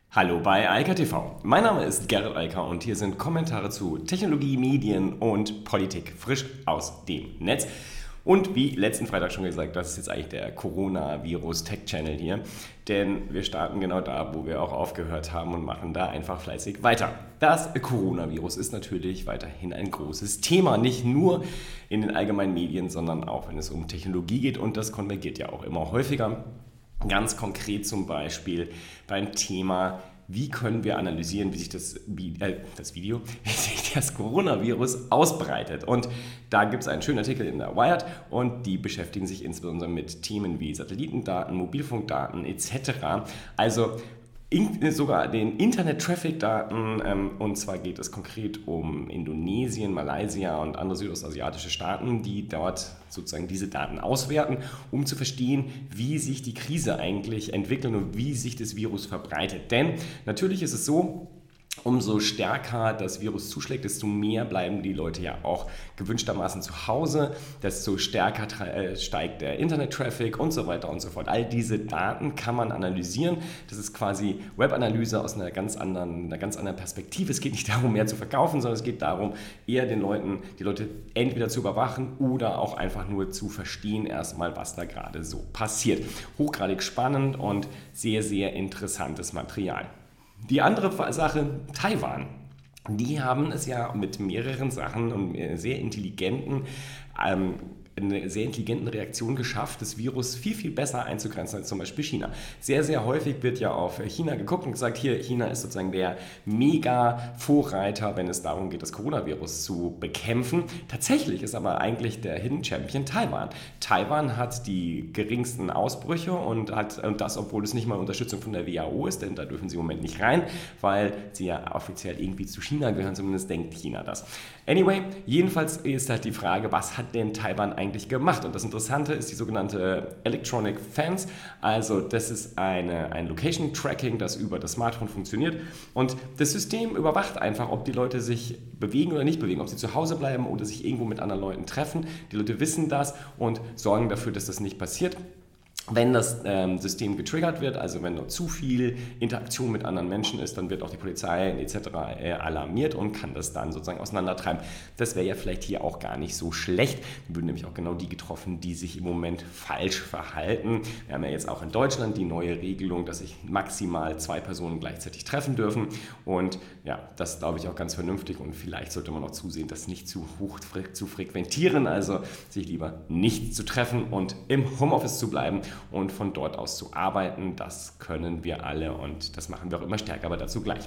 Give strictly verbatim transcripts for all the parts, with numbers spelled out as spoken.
Hallo bei Eika T V. Mein Name ist Gerrit Eiker und hier sind Kommentare zu Technologie, Medien und Politik frisch aus dem Netz. Und wie letzten Freitag schon gesagt, das ist jetzt eigentlich der Coronavirus-Tech-Channel hier, denn wir starten genau da, wo wir auch aufgehört haben und machen da einfach fleißig weiter. Das Coronavirus ist natürlich weiterhin ein großes Thema, nicht nur in den allgemeinen Medien, sondern auch wenn es um Technologie geht und das konvergiert ja auch immer häufiger. Ganz konkret zum Beispiel beim Thema, wie können wir analysieren, wie sich das, äh, das Video, wie sich das Coronavirus ausbreitet. Und da gibt es einen schönen Artikel in der Wired und die beschäftigen sich insbesondere mit Themen wie Satellitendaten, Mobilfunkdaten et cetera. Also in, sogar den Internet-Traffic-Daten, ähm, und zwar geht es konkret um Indonesien, Malaysia und andere südostasiatische Staaten, die dort sozusagen diese Daten auswerten, um zu verstehen, wie sich die Krise eigentlich entwickelt und wie sich das Virus verbreitet. Denn natürlich ist es so, umso stärker das Virus zuschlägt, desto mehr bleiben die Leute ja auch gewünschtermaßen zu Hause, desto stärker tra- steigt der Internet-Traffic und so weiter und so fort. All diese Daten kann man analysieren. Das ist quasi Webanalyse aus einer ganz anderen, einer ganz anderen Perspektive. Es geht nicht darum, mehr zu verkaufen, sondern es geht darum, eher den Leuten, die Leute entweder zu überwachen oder auch einfach nur zu verstehen erstmal, was da gerade so passiert. Hochgradig spannend und sehr, sehr interessantes Material. Die andere Sache, Taiwan. Die haben es ja mit mehreren Sachen und sehr intelligenten, ähm, eine sehr intelligenten Reaktion geschafft, das Virus viel, viel besser einzugrenzen als zum Beispiel China. Sehr, sehr häufig wird ja auf China geguckt und gesagt, hier, China ist sozusagen der Mega-Vorreiter, wenn es darum geht, das Coronavirus zu bekämpfen. Tatsächlich ist aber eigentlich der Hidden Champion Taiwan. Taiwan hat die geringsten Ausbrüche und hat und das, obwohl es nicht mal Unterstützung von der W H O ist, denn da dürfen sie im Moment nicht rein, weil sie ja offiziell irgendwie zu China gehören, zumindest denkt China das. Anyway, jedenfalls ist halt die Frage, was hat denn Taiwan eigentlich gemacht? Und das Interessante ist die sogenannte Electronic Fence. Also das ist eine, ein Location Tracking, das über das Smartphone funktioniert. Und das System überwacht einfach, ob die Leute sich bewegen oder nicht bewegen, ob sie zu Hause bleiben oder sich irgendwo mit anderen Leuten treffen. Die Leute wissen das und sorgen dafür, dass das nicht passiert. Wenn das ähm, System getriggert wird, also wenn dort zu viel Interaktion mit anderen Menschen ist, dann wird auch die Polizei et cetera äh, alarmiert und kann das dann sozusagen auseinandertreiben. Das wäre ja vielleicht hier auch gar nicht so schlecht. Dann würden nämlich auch genau die getroffen, die sich im Moment falsch verhalten. Wir haben ja jetzt auch in Deutschland die neue Regelung, dass sich maximal zwei Personen gleichzeitig treffen dürfen. Und ja, das glaube ich auch ganz vernünftig und vielleicht sollte man auch zusehen, das nicht zu hoch zu frequentieren, also sich lieber nicht zu treffen und im Homeoffice zu bleiben und von dort aus zu arbeiten. Das können wir alle und das machen wir auch immer stärker, aber dazu gleich.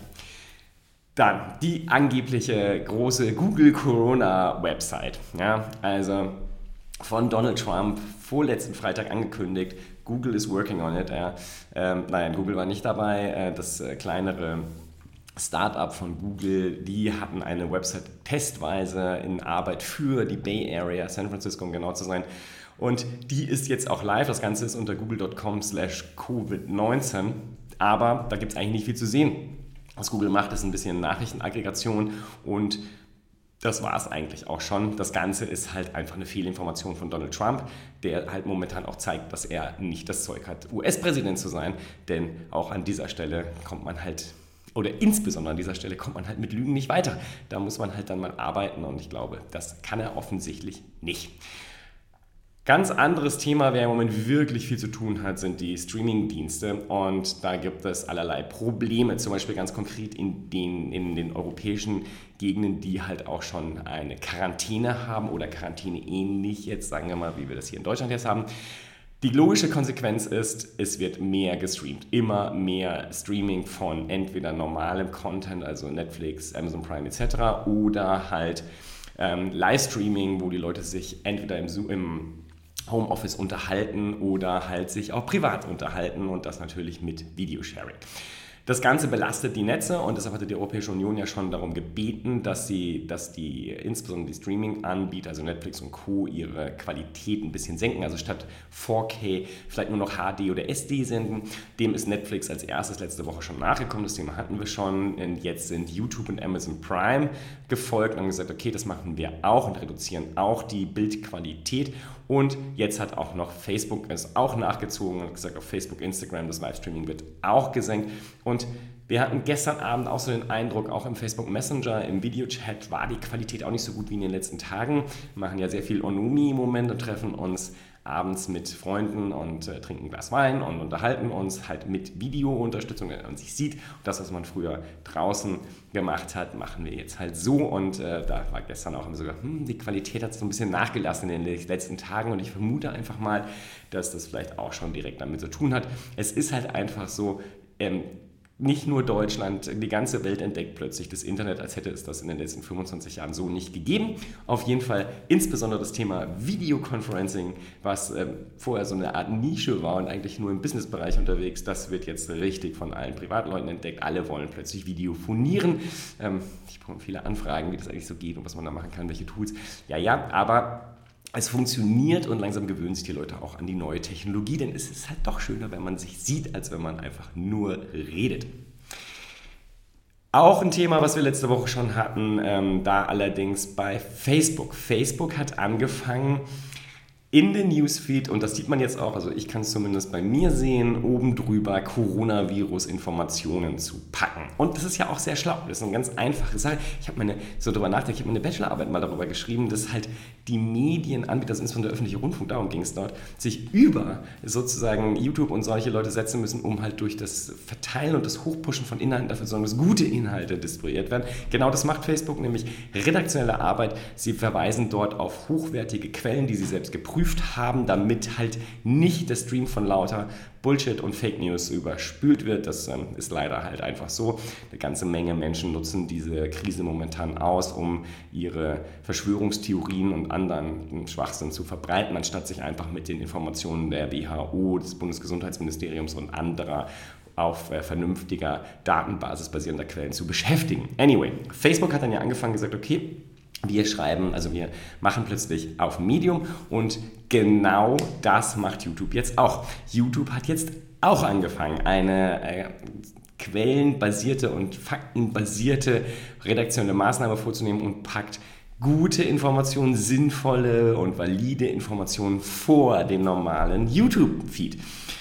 Dann die angebliche große Google-Corona-Website. Ja, also von Donald Trump vorletzten Freitag angekündigt, Google is working on it. Ja. Ähm, nein, Google war nicht dabei, äh, das äh, kleinere Startup von Google, die hatten eine Website testweise in Arbeit für die Bay Area, San Francisco, um genau zu sein. Und die ist jetzt auch live. Das Ganze ist unter google dot com slash covid neunzehn. Aber da gibt es eigentlich nicht viel zu sehen. Was Google macht, ist ein bisschen Nachrichtenaggregation und das war es eigentlich auch schon. Das Ganze ist halt einfach eine Fehlinformation von Donald Trump, der halt momentan auch zeigt, dass er nicht das Zeug hat, U S-Präsident zu sein. Denn auch an dieser Stelle kommt man halt, oder insbesondere an dieser Stelle kommt man halt mit Lügen nicht weiter. Da muss man halt dann mal arbeiten und ich glaube, das kann er offensichtlich nicht. Ganz anderes Thema, wer im Moment wirklich viel zu tun hat, sind die Streaming-Dienste und da gibt es allerlei Probleme, zum Beispiel ganz konkret in den, in den europäischen Gegenden, die halt auch schon eine Quarantäne haben oder Quarantäne ähnlich, jetzt sagen wir mal, wie wir das hier in Deutschland jetzt haben. Die logische Konsequenz ist, es wird mehr gestreamt, immer mehr Streaming von entweder normalem Content, also Netflix, Amazon Prime et cetera oder halt ähm, Livestreaming, wo die Leute sich entweder im, im Homeoffice unterhalten oder halt sich auch privat unterhalten und das natürlich mit Videosharing. Das Ganze belastet die Netze und deshalb hatte die Europäische Union ja schon darum gebeten, dass sie, dass die, insbesondere die Streaming-Anbieter, also Netflix und Co., ihre Qualität ein bisschen senken, also statt vier K vielleicht nur noch H D oder S D senden. Dem ist Netflix als erstes letzte Woche schon nachgekommen, das Thema hatten wir schon und jetzt sind YouTube und Amazon Prime gefolgt und haben gesagt, okay, das machen wir auch und reduzieren auch die Bildqualität Und jetzt hat auch noch Facebook es auch nachgezogen und gesagt, auf Facebook, Instagram, das Livestreaming wird auch gesenkt. Und wir hatten gestern Abend auch so den Eindruck, auch im Facebook Messenger, im Videochat war die Qualität auch nicht so gut wie in den letzten Tagen. Wir machen ja sehr viel Onumi im Moment und treffen uns abends mit Freunden und äh, trinken ein Glas Wein und unterhalten uns halt mit Videounterstützung, wenn man sich sieht. Und das, was man früher draußen gemacht hat, machen wir jetzt halt so. Und äh, da war gestern auch immer sogar, hm, die Qualität hat so ein bisschen nachgelassen in den letzten Tagen. Und ich vermute einfach mal, dass das vielleicht auch schon direkt damit zu tun hat. Es ist halt einfach so, ähm, nicht nur Deutschland, die ganze Welt entdeckt plötzlich das Internet, als hätte es das in den letzten fünfundzwanzig Jahren so nicht gegeben. Auf jeden Fall insbesondere das Thema Videoconferencing, was ähm, vorher so eine Art Nische war und eigentlich nur im Businessbereich unterwegs, das wird jetzt richtig von allen Privatleuten entdeckt. Alle wollen plötzlich Videophonieren. Ähm, ich bekomme viele Anfragen, wie das eigentlich so geht und was man da machen kann, welche Tools. Ja, ja, aber es funktioniert und langsam gewöhnen sich die Leute auch an die neue Technologie, denn es ist halt doch schöner, wenn man sich sieht, als wenn man einfach nur redet. Auch ein Thema, was wir letzte Woche schon hatten, ähm, da allerdings bei Facebook. Facebook hat angefangen, in den Newsfeed, und das sieht man jetzt auch, also ich kann es zumindest bei mir sehen, oben drüber Coronavirus-Informationen zu packen. Und das ist ja auch sehr schlau. Das ist eine ganz einfache Sache. Ich habe meine, so drüber nachgedacht, ich habe meine Bachelorarbeit mal darüber geschrieben, dass halt die Medienanbieter, also insbesondere der öffentliche Rundfunk, darum ging es dort, sich über sozusagen YouTube und solche Leute setzen müssen, um halt durch das Verteilen und das Hochpushen von Inhalten dafür zu sorgen, dass gute Inhalte distribuiert werden. Genau das macht Facebook, nämlich redaktionelle Arbeit. Sie verweisen dort auf hochwertige Quellen, die sie selbst geprüft haben, damit halt nicht der Stream von lauter Bullshit und Fake News überspült wird. Das ähm, ist leider halt einfach so. Eine ganze Menge Menschen nutzen diese Krise momentan aus, um ihre Verschwörungstheorien und anderen Schwachsinn zu verbreiten, anstatt sich einfach mit den Informationen der W H O, des Bundesgesundheitsministeriums und anderer auf äh, vernünftiger Datenbasis basierender Quellen zu beschäftigen. Anyway, Facebook hat dann ja angefangen und gesagt, okay, wir schreiben, also wir machen plötzlich auf Medium und genau das macht YouTube jetzt auch. YouTube hat jetzt auch angefangen, eine äh, quellenbasierte und faktenbasierte redaktionelle Maßnahme vorzunehmen und packt gute Informationen, sinnvolle und valide Informationen vor dem normalen YouTube-Feed.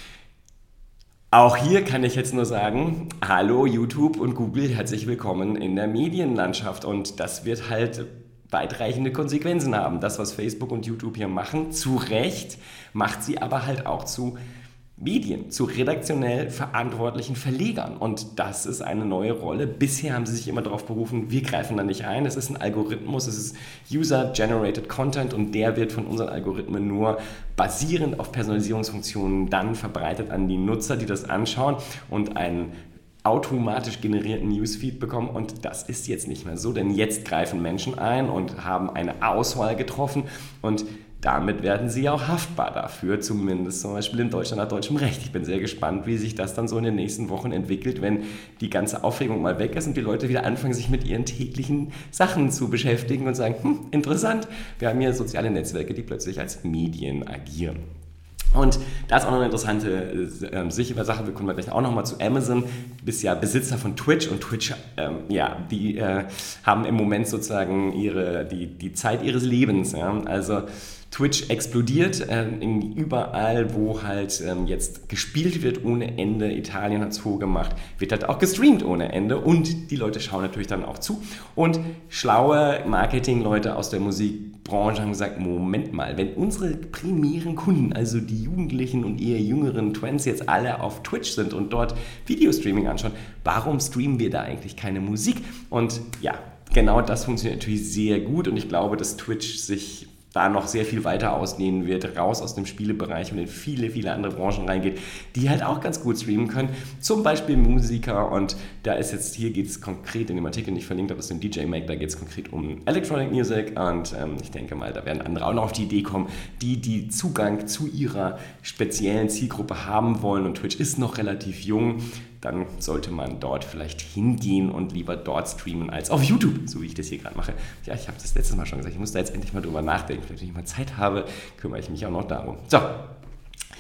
Auch hier kann ich jetzt nur sagen, hallo YouTube und Google, herzlich willkommen in der Medienlandschaft, und das wird halt weitreichende Konsequenzen haben. Das, was Facebook und YouTube hier machen, zu Recht, macht sie aber halt auch zu Medien, zu redaktionell verantwortlichen Verlegern. Und das ist eine neue Rolle. Bisher haben sie sich immer darauf berufen, wir greifen da nicht ein. Es ist ein Algorithmus, es ist User-Generated Content, und der wird von unseren Algorithmen nur basierend auf Personalisierungsfunktionen dann verbreitet an die Nutzer, die das anschauen und einen automatisch generierten Newsfeed bekommen, und das ist jetzt nicht mehr so, denn jetzt greifen Menschen ein und haben eine Auswahl getroffen, und damit werden sie auch haftbar dafür, zumindest zum Beispiel in Deutschland nach deutschem Recht. Ich bin sehr gespannt, wie sich das dann so in den nächsten Wochen entwickelt, wenn die ganze Aufregung mal weg ist und die Leute wieder anfangen, sich mit ihren täglichen Sachen zu beschäftigen und sagen, hm, interessant, wir haben hier soziale Netzwerke, die plötzlich als Medien agieren. Und da ist auch noch eine interessante äh, sichere Sache, wir kommen gleich auch nochmal zu Amazon, du bist ja Besitzer von Twitch, und Twitch, ähm, ja, die äh, haben im Moment sozusagen ihre, die, die Zeit ihres Lebens, ja? Also Twitch explodiert äh, in überall, wo halt ähm, jetzt gespielt wird ohne Ende. Italien hat es vorgemacht, wird halt auch gestreamt ohne Ende, und die Leute schauen natürlich dann auch zu. Und schlaue Marketingleute aus der Musikbranche haben gesagt, Moment mal, wenn unsere primären Kunden, also die Jugendlichen und eher jüngeren Twents, jetzt alle auf Twitch sind und dort Videostreaming anschauen, warum streamen wir da eigentlich keine Musik? Und ja, genau das funktioniert natürlich sehr gut, und ich glaube, dass Twitch sich da noch sehr viel weiter ausdehnen wird, raus aus dem Spielebereich und in viele, viele andere Branchen reingeht, die halt auch ganz gut streamen können, zum Beispiel Musiker, und da ist jetzt, hier geht es konkret in dem Artikel, den ich verlinkt habe, aus dem D J Mag, da geht es konkret um Electronic Music, und ähm, ich denke mal, da werden andere auch noch auf die Idee kommen, die die Zugang zu ihrer speziellen Zielgruppe haben wollen, und Twitch ist noch relativ jung, dann sollte man dort vielleicht hingehen und lieber dort streamen als auf YouTube, so wie ich das hier gerade mache. Ja, ich habe das letztes Mal schon gesagt, ich muss da jetzt endlich mal drüber nachdenken. Wenn ich mal Zeit habe, kümmere ich mich auch noch darum. So,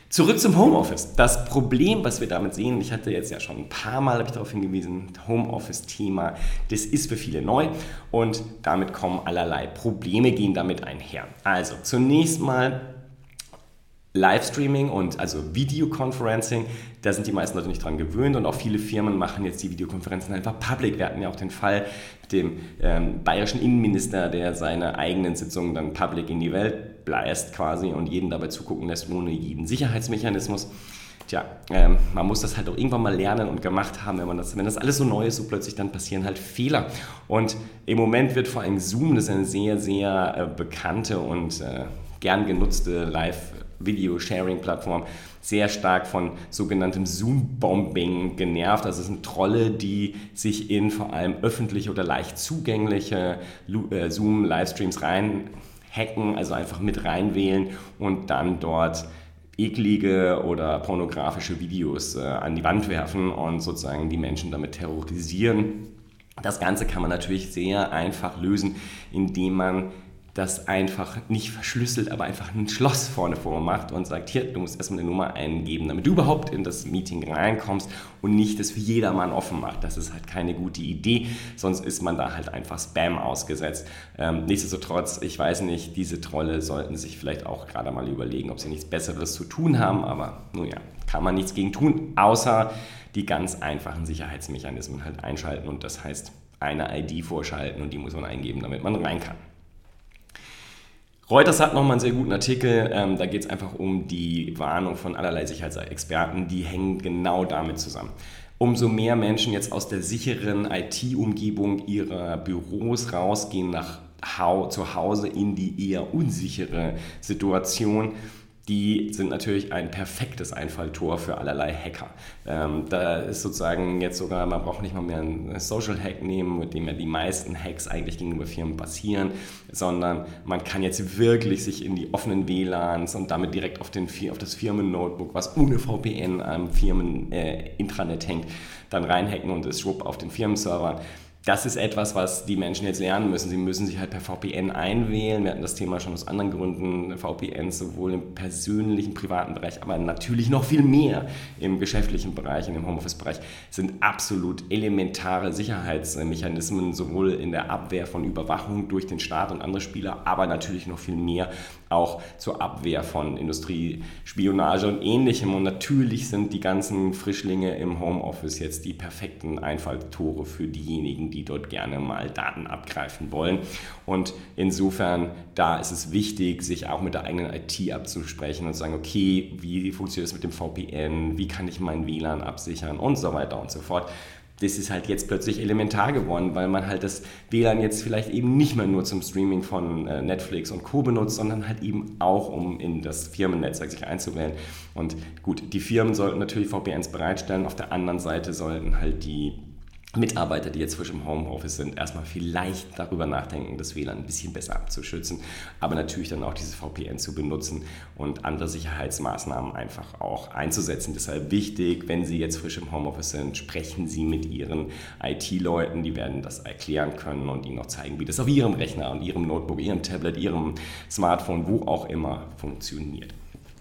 Zurück zum Homeoffice. Das Problem, was wir damit sehen, ich hatte jetzt ja schon ein paar Mal habe ich darauf hingewiesen, Homeoffice-Thema, das ist für viele neu und damit kommen allerlei Probleme, gehen damit einher. Also zunächst mal Livestreaming und also Videoconferencing, da sind die meisten Leute nicht dran gewöhnt und auch viele Firmen machen jetzt die Videokonferenzen einfach public. Wir hatten ja auch den Fall mit dem ähm, bayerischen Innenminister, der seine eigenen Sitzungen dann public in die Welt bläst quasi und jeden dabei zugucken lässt, ohne jeden Sicherheitsmechanismus. Tja, ähm, man muss das halt auch irgendwann mal lernen und gemacht haben, wenn man das, wenn das alles so neu ist, so plötzlich dann passieren halt Fehler. Und im Moment wird vor allem Zoom, das ist eine sehr, sehr äh, bekannte und äh, gern genutzte Live- Video-Sharing-Plattform sehr stark von sogenanntem Zoom-Bombing genervt. Also es sind Trolle, die sich in vor allem öffentliche oder leicht zugängliche Zoom-Livestreams reinhacken, also einfach mit reinwählen und dann dort eklige oder pornografische Videos äh, an die Wand werfen und sozusagen die Menschen damit terrorisieren. Das Ganze kann man natürlich sehr einfach lösen, indem man das einfach nicht verschlüsselt, aber einfach ein Schloss vorne vor macht und sagt, hier, du musst erstmal eine Nummer eingeben, damit du überhaupt in das Meeting reinkommst und nicht das für jedermann offen macht. Das ist halt keine gute Idee, sonst ist man da halt einfach Spam ausgesetzt. Ähm, nichtsdestotrotz, ich weiß nicht, diese Trolle sollten sich vielleicht auch gerade mal überlegen, ob sie nichts Besseres zu tun haben, aber nun ja, kann man nichts gegen tun, außer die ganz einfachen Sicherheitsmechanismen halt einschalten und das heißt, eine I D vorschalten und die muss man eingeben, damit man rein kann. Reuters hat nochmal einen sehr guten Artikel, ähm, da geht es einfach um die Warnung von allerlei Sicherheitsexperten, die hängen genau damit zusammen. Umso mehr Menschen jetzt aus der sicheren I T-Umgebung ihrer Büros rausgehen nach hau- zu Hause in die eher unsichere Situation, die sind natürlich ein perfektes Einfalltor für allerlei Hacker. Ähm, da ist sozusagen jetzt sogar, man braucht nicht mal mehr einen Social Hack nehmen, mit dem ja die meisten Hacks eigentlich gegenüber Firmen passieren, sondern man kann jetzt wirklich sich in die offenen W LANs und damit direkt auf, den, auf das Firmen-Notebook, was ohne V P N am Firmen-Intranet äh, hängt, dann reinhacken und es schwupp auf den Firmenserver. Das ist etwas, was die Menschen jetzt lernen müssen. Sie müssen sich halt per V P N einwählen. Wir hatten das Thema schon aus anderen Gründen, V P Ns sowohl im persönlichen, privaten Bereich, aber natürlich noch viel mehr im geschäftlichen Bereich, in dem Homeoffice-Bereich, sind absolut elementare Sicherheitsmechanismen, sowohl in der Abwehr von Überwachung durch den Staat und andere Spieler, aber natürlich noch viel mehr auch zur Abwehr von Industriespionage und Ähnlichem. Und natürlich sind die ganzen Frischlinge im Homeoffice jetzt die perfekten Einfalltore für diejenigen, die dort gerne mal Daten abgreifen wollen. Und insofern, da ist es wichtig, sich auch mit der eigenen I T abzusprechen und zu sagen, okay, wie funktioniert das mit dem V P N, wie kann ich meinen W LAN absichern und so weiter und so fort. Das ist halt jetzt plötzlich elementar geworden, weil man halt das W LAN jetzt vielleicht eben nicht mehr nur zum Streaming von äh, Netflix und Co. benutzt, sondern halt eben auch, um in das Firmennetzwerk sich einzuwählen. Und gut, die Firmen sollten natürlich V P Ns bereitstellen, auf der anderen Seite sollten halt die Mitarbeiter, die jetzt frisch im Homeoffice sind, erstmal vielleicht darüber nachdenken, das W LAN ein bisschen besser abzuschützen, aber natürlich dann auch dieses V P N zu benutzen und andere Sicherheitsmaßnahmen einfach auch einzusetzen. Deshalb wichtig, wenn Sie jetzt frisch im Homeoffice sind, sprechen Sie mit Ihren I T-Leuten, die werden das erklären können und Ihnen noch zeigen, wie das auf Ihrem Rechner und Ihrem Notebook, Ihrem Tablet, Ihrem Smartphone, wo auch immer funktioniert.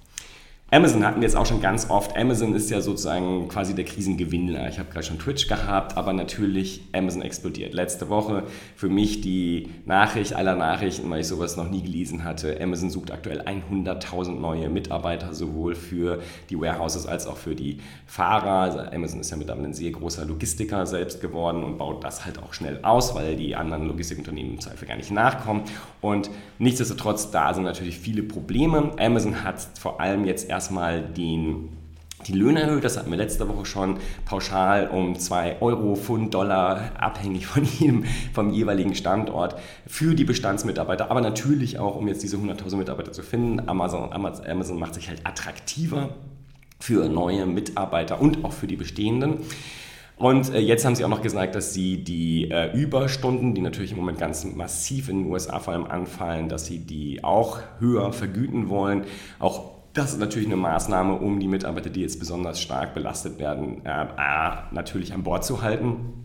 Amazon hatten wir jetzt auch schon ganz oft. Amazon ist ja sozusagen quasi der Krisengewinner. Ich habe gerade schon Twitch gehabt, aber natürlich Amazon explodiert. Letzte Woche für mich die Nachricht aller Nachrichten, weil ich sowas noch nie gelesen hatte. Amazon sucht aktuell hunderttausend neue Mitarbeiter, sowohl für die Warehouses als auch für die Fahrer. Also Amazon ist ja mittlerweile ein sehr großer Logistiker selbst geworden und baut das halt auch schnell aus, weil die anderen Logistikunternehmen im Zweifel gar nicht nachkommen. Und nichtsdestotrotz, da sind natürlich viele Probleme. Amazon hat vor allem jetzt erstmal den, die Löhne erhöht, das hatten wir letzte Woche schon, pauschal um zwei Euro, Pfund, Dollar, abhängig von jedem, vom jeweiligen Standort für die Bestandsmitarbeiter, aber natürlich auch, um jetzt diese hunderttausend Mitarbeiter zu finden. Amazon, Amazon macht sich halt attraktiver für neue Mitarbeiter und auch für die bestehenden. Und äh, jetzt haben sie auch noch gesagt, dass sie die äh, Überstunden, die natürlich im Moment ganz massiv in den U S A vor allem anfallen, dass sie die auch höher vergüten wollen. Auch das ist natürlich eine Maßnahme, um die Mitarbeiter, die jetzt besonders stark belastet werden, äh, äh, natürlich an Bord zu halten.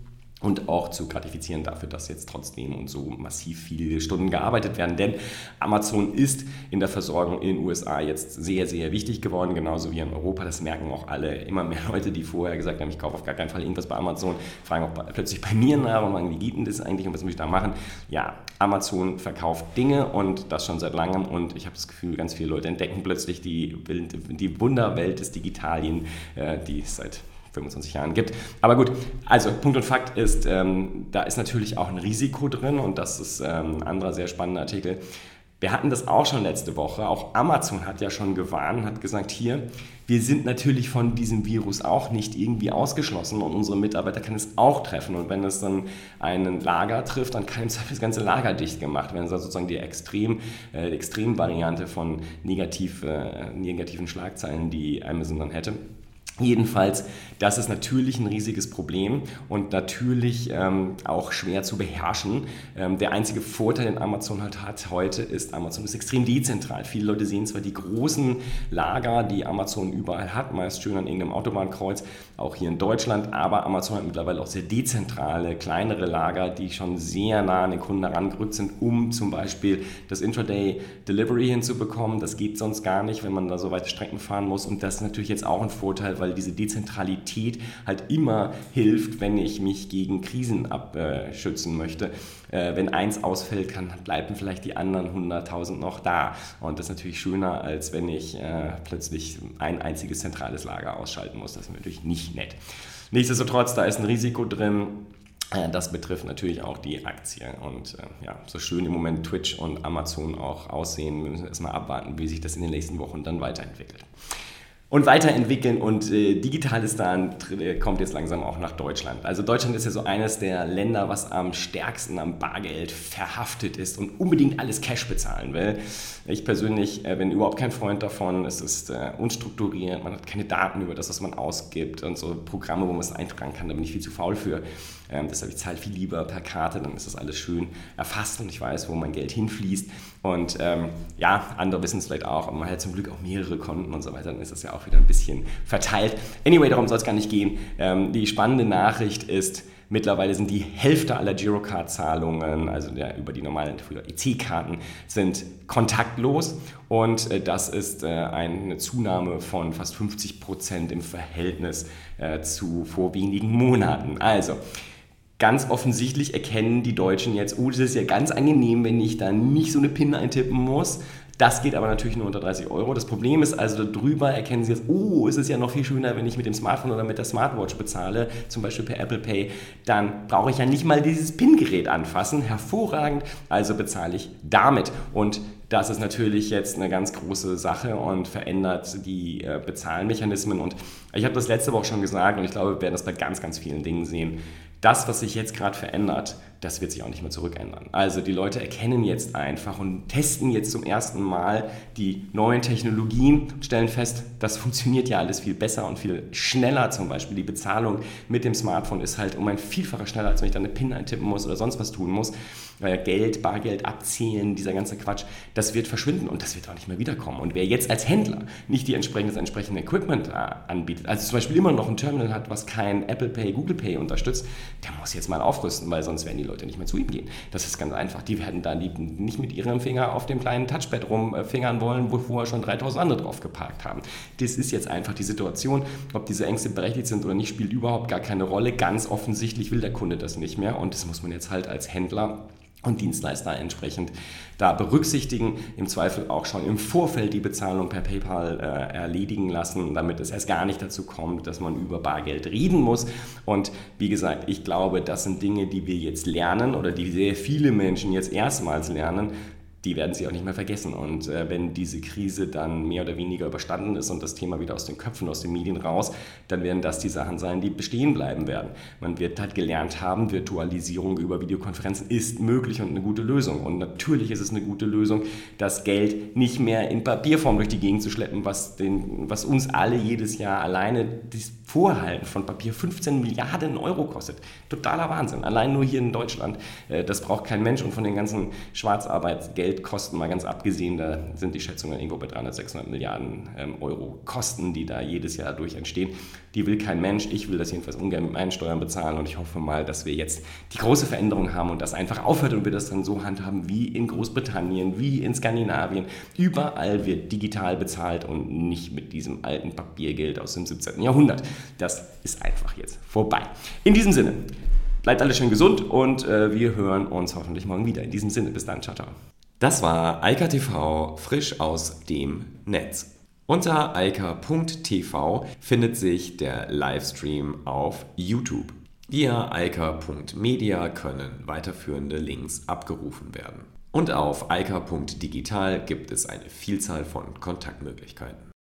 und auch zu gratifizieren dafür, dass jetzt trotzdem und so massiv viele Stunden gearbeitet werden. Denn Amazon ist in der Versorgung in den U S A jetzt sehr, sehr wichtig geworden, genauso wie in Europa. Das merken auch alle. Immer mehr Leute, die vorher gesagt haben, ich kaufe auf gar keinen Fall irgendwas bei Amazon, fragen auch bei, plötzlich bei mir nach und sagen, wie geht denn das eigentlich und was muss ich da machen? Ja, Amazon verkauft Dinge und das schon seit langem. Und ich habe das Gefühl, ganz viele Leute entdecken plötzlich die, die Wunderwelt des Digitalien, die es seit fünfundzwanzig Jahren gibt. Aber gut, also Punkt und Fakt ist, ähm, da ist natürlich auch ein Risiko drin und das ist ähm, ein anderer sehr spannender Artikel. Wir hatten das auch schon letzte Woche, auch Amazon hat ja schon gewarnt, hat gesagt, hier, wir sind natürlich von diesem Virus auch nicht irgendwie ausgeschlossen und unsere Mitarbeiter kann es auch treffen und wenn es dann ein Lager trifft, dann kann im Zweifel das ganze Lager dicht gemacht werden. Das ist sozusagen die Extrem, äh, die Extremvariante von negativ, äh, negativen Schlagzeilen, die Amazon dann hätte. Jedenfalls, das ist natürlich ein riesiges Problem und natürlich ähm, auch schwer zu beherrschen. Ähm, der einzige Vorteil, den Amazon halt hat heute, ist, Amazon ist extrem dezentral. Viele Leute sehen zwar die großen Lager, die Amazon überall hat, meist schön an irgendeinem Autobahnkreuz, auch hier in Deutschland, aber Amazon hat mittlerweile auch sehr dezentrale, kleinere Lager, die schon sehr nah an den Kunden herangerückt sind, um zum Beispiel das Intraday-Delivery hinzubekommen. Das geht sonst gar nicht, wenn man da so weite Strecken fahren muss und das ist natürlich jetzt auch ein Vorteil, weil diese Dezentralität halt immer hilft, wenn ich mich gegen Krisen abschützen möchte. Äh, wenn eins ausfällt, kann, bleiben vielleicht die anderen hunderttausend noch da. Und das ist natürlich schöner, als wenn ich äh, plötzlich ein einziges zentrales Lager ausschalten muss. Das ist natürlich nicht nett. Nichtsdestotrotz, da ist ein Risiko drin. Das betrifft natürlich auch die Aktie und äh, ja, so schön im Moment Twitch und Amazon auch aussehen, wir müssen erstmal abwarten, wie sich das in den nächsten Wochen dann weiterentwickelt. Und weiterentwickeln und äh, Digitales dann äh, kommt jetzt langsam auch nach Deutschland. Also Deutschland ist ja so eines der Länder, was am stärksten am Bargeld verhaftet ist und unbedingt alles Cash bezahlen will. Ich persönlich äh, bin überhaupt kein Freund davon. Es ist äh, unstrukturiert, man hat keine Daten über das, was man ausgibt und so Programme, wo man es eintragen kann, da bin ich viel zu faul für. Ähm, deshalb ich zahle viel lieber per Karte, dann ist das alles schön erfasst und ich weiß, wo mein Geld hinfließt. Und ähm, ja, andere wissen es vielleicht auch, aber man hat zum Glück auch mehrere Konten und so weiter, dann ist das ja auch wieder ein bisschen verteilt. Anyway, darum soll es gar nicht gehen. Ähm, die spannende Nachricht ist, mittlerweile sind die Hälfte aller Girocard-Zahlungen, also der, über die normalen E C-Karten, sind kontaktlos und äh, das ist äh, eine Zunahme von fast fünfzig Prozent im Verhältnis äh, zu vor wenigen Monaten. Also, ganz offensichtlich erkennen die Deutschen jetzt, oh, das ist ja ganz angenehm, wenn ich da nicht so eine PIN eintippen muss. Das geht aber natürlich nur unter dreißig Euro. Das Problem ist also, darüber erkennen Sie jetzt, oh, es ist ja noch viel schöner, wenn ich mit dem Smartphone oder mit der Smartwatch bezahle, zum Beispiel per Apple Pay, dann brauche ich ja nicht mal dieses PIN-Gerät anfassen. Hervorragend, also bezahle ich damit. Und das ist natürlich jetzt eine ganz große Sache und verändert die äh, Bezahlmechanismen. Und ich habe das letzte Woche schon gesagt und ich glaube, wir werden das bei ganz, ganz vielen Dingen sehen. Das, was sich jetzt gerade verändert, das wird sich auch nicht mehr zurückändern. Also die Leute erkennen jetzt einfach und testen jetzt zum ersten Mal die neuen Technologien und stellen fest, das funktioniert ja alles viel besser und viel schneller. Zum Beispiel die Bezahlung mit dem Smartphone ist halt um ein Vielfaches schneller, als wenn ich dann eine PIN eintippen muss oder sonst was tun muss. Geld, Bargeld abzählen, dieser ganze Quatsch, das wird verschwinden und das wird auch nicht mehr wiederkommen. Und wer jetzt als Händler nicht die entsprechende, das entsprechende Equipment äh, anbietet, also zum Beispiel immer noch ein Terminal hat, was kein Apple Pay, Google Pay unterstützt, der muss jetzt mal aufrüsten, weil sonst werden die Leute nicht mehr zu ihm gehen. Das ist ganz einfach. Die werden da nicht mit ihrem Finger auf dem kleinen Touchpad rumfingern wollen, wo vorher schon dreitausend andere drauf geparkt haben. Das ist jetzt einfach die Situation. Ob diese Ängste berechtigt sind oder nicht, spielt überhaupt gar keine Rolle. Ganz offensichtlich will der Kunde das nicht mehr und das muss man jetzt halt als Händler und Dienstleister entsprechend da berücksichtigen, im Zweifel auch schon im Vorfeld die Bezahlung per PayPal äh, erledigen lassen, damit es erst gar nicht dazu kommt, dass man über Bargeld reden muss. Und wie gesagt, ich glaube, das sind Dinge, die wir jetzt lernen oder die sehr viele Menschen jetzt erstmals lernen, die werden sie auch nicht mehr vergessen. Und äh, wenn diese Krise dann mehr oder weniger überstanden ist und das Thema wieder aus den Köpfen, aus den Medien raus, dann werden das die Sachen sein, die bestehen bleiben werden. Man wird halt gelernt haben, Virtualisierung über Videokonferenzen ist möglich und eine gute Lösung. Und natürlich ist es eine gute Lösung, das Geld nicht mehr in Papierform durch die Gegend zu schleppen, was, den, was uns alle jedes Jahr alleine das Vorhalten von Papier fünfzehn Milliarden Euro kostet. Totaler Wahnsinn. Allein nur hier in Deutschland. Äh, das braucht kein Mensch und von den ganzen Schwarzarbeitsgeld Geld kosten, mal ganz abgesehen, da sind die Schätzungen irgendwo bei dreihundert, sechshundert Milliarden ähm, Euro Kosten, die da jedes Jahr durch entstehen. Die will kein Mensch, ich will das jedenfalls ungern mit meinen Steuern bezahlen und ich hoffe mal, dass wir jetzt die große Veränderung haben und das einfach aufhört und wir das dann so handhaben wie in Großbritannien, wie in Skandinavien. Überall wird digital bezahlt und nicht mit diesem alten Papiergeld aus dem siebzehnten Jahrhundert. Das ist einfach jetzt vorbei. In diesem Sinne, bleibt alle schön gesund und äh, wir hören uns hoffentlich morgen wieder. In diesem Sinne, bis dann, ciao, ciao. Das war Eika T V, frisch aus dem Netz. Unter eika punkt t v findet sich der Livestream auf YouTube. Via eika punkt media können weiterführende Links abgerufen werden. Und auf eika punkt digital gibt es eine Vielzahl von Kontaktmöglichkeiten.